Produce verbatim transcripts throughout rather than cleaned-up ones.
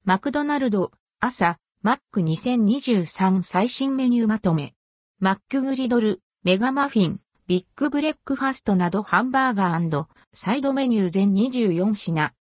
マクドナルド、朝、マックにせんにじゅうさん最新メニューまとめ。マックグリドル、メガマフィン、ビッグブレックファストなどハンバーガー&サイドメニュー全にじゅうよん品。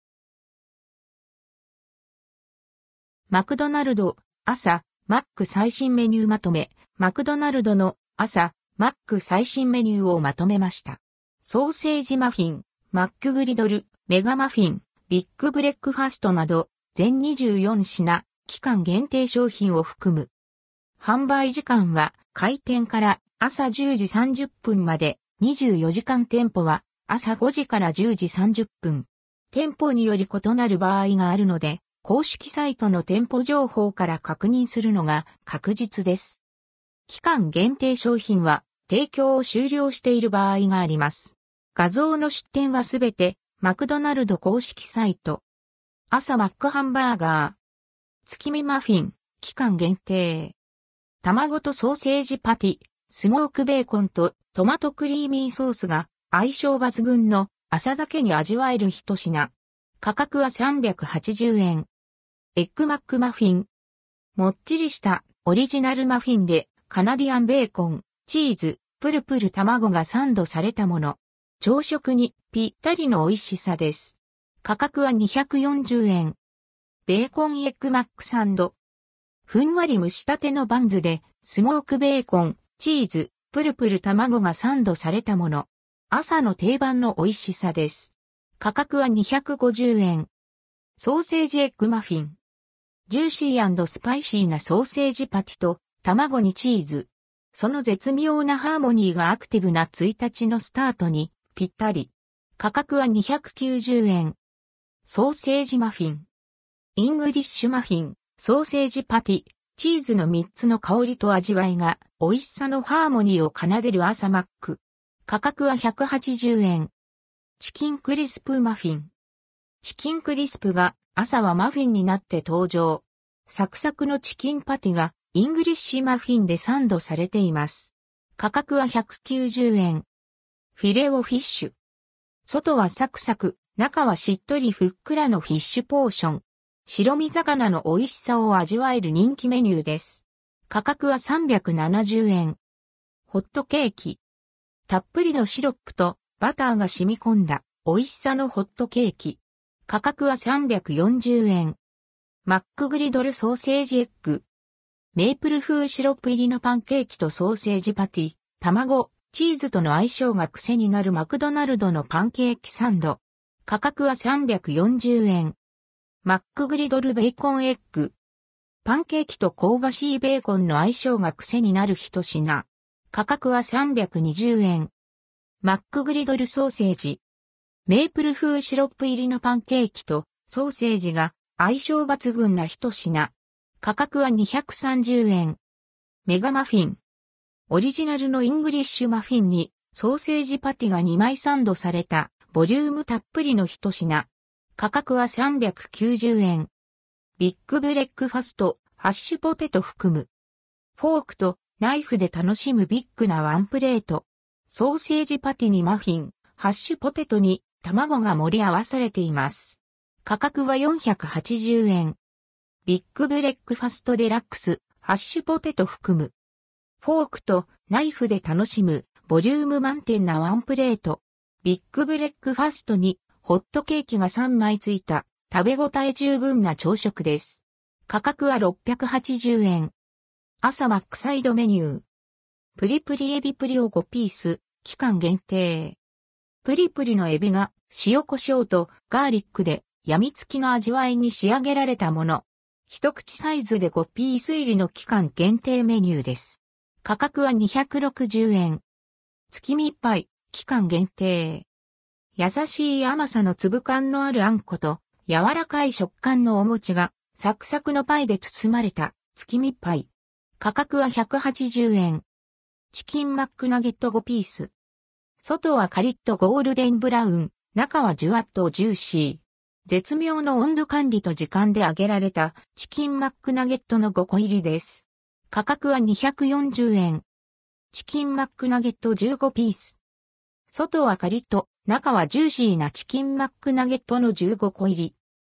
マクドナルド、朝、マック最新メニューまとめ。マクドナルドの朝、マック最新メニューをまとめました。ソーセージマフィン、マックグリドル、メガマフィン、ビッグブレックファストなど、全にじゅうよん品、期間限定商品を含む。販売時間は、開店から朝じゅうじさんじゅっぷんまで、にじゅうよじかん店舗は、朝ごじからじゅうじさんじゅっぷん。店舗により異なる場合があるので、公式サイトの店舗情報から確認するのが確実です。期間限定商品は、提供を終了している場合があります。画像の出店はすべて、マクドナルド公式サイト。朝マックハンバーガー。月見マフィン、期間限定。卵とソーセージパティ、スモークベーコンとトマトクリーミーソースが相性抜群の朝だけに味わえる一品。価格はさんびゃくはちじゅうえん。エッグマックマフィン。もっちりしたオリジナルマフィンでカナディアンベーコン、チーズ、プルプル卵がサンドされたもの。朝食にぴったりの美味しさです。価格はにひゃくよんじゅうえん。ベーコンエッグマックサンド。ふんわり蒸したてのバンズで、スモークベーコン、チーズ、プルプル卵がサンドされたもの。朝の定番の美味しさです。価格はにひゃくごじゅうえん。ソーセージエッグマフィン。ジューシー&スパイシーなソーセージパティと卵にチーズ。その絶妙なハーモニーがアクティブなついたちのスタートにぴったり。価格はにひゃくきゅうじゅうえん。ソーセージマフィン。イングリッシュマフィン、ソーセージパティ、チーズのみっつの香りと味わいが美味しさのハーモニーを奏でる朝マック。価格はひゃくはちじゅうえん。チキンクリスプマフィン。チキンクリスプが朝はマフィンになって登場。サクサクのチキンパティがイングリッシュマフィンでサンドされています。価格はひゃくきゅうじゅうえん。フィレオフィッシュ。外はサクサク、中はしっとりふっくらのフィッシュポーション。白身魚の美味しさを味わえる人気メニューです。価格はさんびゃくななじゅうえん。ホットケーキ。たっぷりのシロップとバターが染み込んだ美味しさのホットケーキ。価格はさんびゃくよんじゅうえん。マックグリドルソーセージエッグ。メープル風シロップ入りのパンケーキとソーセージパティ、卵、チーズとの相性が癖になるマクドナルドのパンケーキサンド。価格はさんびゃくよんじゅうえん。マックグリドルベーコンエッグ。パンケーキと香ばしいベーコンの相性が癖になる一品。価格はさんびゃくにじゅうえん。マックグリドルソーセージ。メープル風シロップ入りのパンケーキとソーセージが相性抜群な一品。価格はにひゃくさんじゅうえん。メガマフィン。オリジナルのイングリッシュマフィンにソーセージパティがにまいサンドされたボリュームたっぷりの一品。価格はさんびゃくきゅうじゅうえん。ビッグブレックファスト、ハッシュポテト含む。フォークとナイフで楽しむビッグなワンプレート。ソーセージパティにマフィン、ハッシュポテトに卵が盛り合わされています。価格はよんひゃくはちじゅうえん。ビッグブレックファストデラックス、ハッシュポテト含む。フォークとナイフで楽しむボリューム満点なワンプレート。ビッグブレックファストにホットケーキがさんまいついた食べ応え十分な朝食です。価格はろっぴゃくはちじゅうえん。朝マックサイドメニュー。プリプリエビプリをごピース、期間限定。プリプリのエビが塩コショウとガーリックで病みつきの味わいに仕上げられたもの。一口サイズでごピース入りの期間限定メニューです。価格はにひゃくろくじゅうえん。月見パイ、期間限定。優しい甘さの粒感のあるあんこと柔らかい食感のお餅がサクサクのパイで包まれた月見パイ。価格はひゃくはちじゅうえん。チキンマックナゲットごピース。外はカリッとゴールデンブラウン、中はジュワッとジューシー。絶妙の温度管理と時間で揚げられたチキンマックナゲットのごこ入りです。価格はにひゃくよんじゅうえん。チキンマックナゲットじゅうごピース。外はカリッと、中はジューシーなチキンマックナゲットのじゅうごこ入り。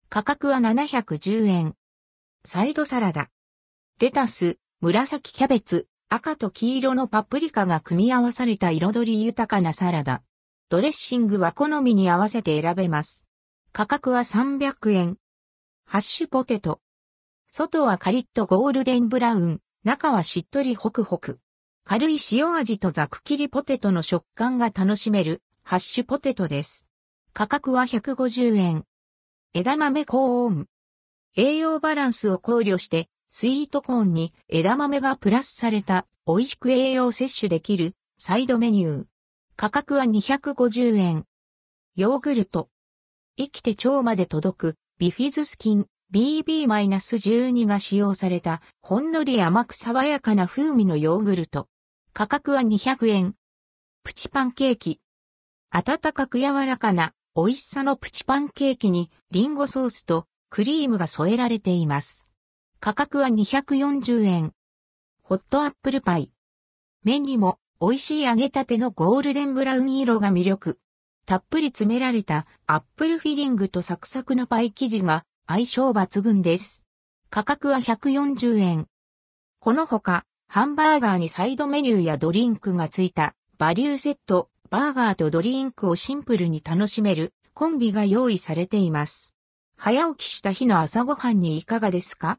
価格はななひゃくじゅうえん。サイドサラダ。レタス、紫キャベツ、赤と黄色のパプリカが組み合わされた彩り豊かなサラダ。ドレッシングは好みに合わせて選べます。価格はさんびゃくえん。ハッシュポテト。外はカリッとゴールデンブラウン、中はしっとりホクホク。軽い塩味とざく切りポテトの食感が楽しめるハッシュポテトです。価格はひゃくごじゅうえん。枝豆コーン。栄養バランスを考慮して、スイートコーンに枝豆がプラスされた美味しく栄養摂取できるサイドメニュー。価格はにひゃくごじゅうえん。ヨーグルト。生きて腸まで届くビフィズス菌 ビービーじゅうに が使用されたほんのり甘く爽やかな風味のヨーグルト。価格はにひゃくえん。プチパンケーキ。温かく柔らかな美味しさのプチパンケーキにリンゴソースとクリームが添えられています。価格はにひゃくよんじゅうえん。ホットアップルパイ。目にも美味しい揚げたてのゴールデンブラウン色が魅力。たっぷり詰められたアップルフィリングとサクサクのパイ生地が相性抜群です。価格はひゃくよんじゅうえん。このほか、ハンバーガーにサイドメニューやドリンクがついたバリューセット、バーガーとドリンクをシンプルに楽しめるコンビが用意されています。早起きした日の朝ごはんにいかがですか？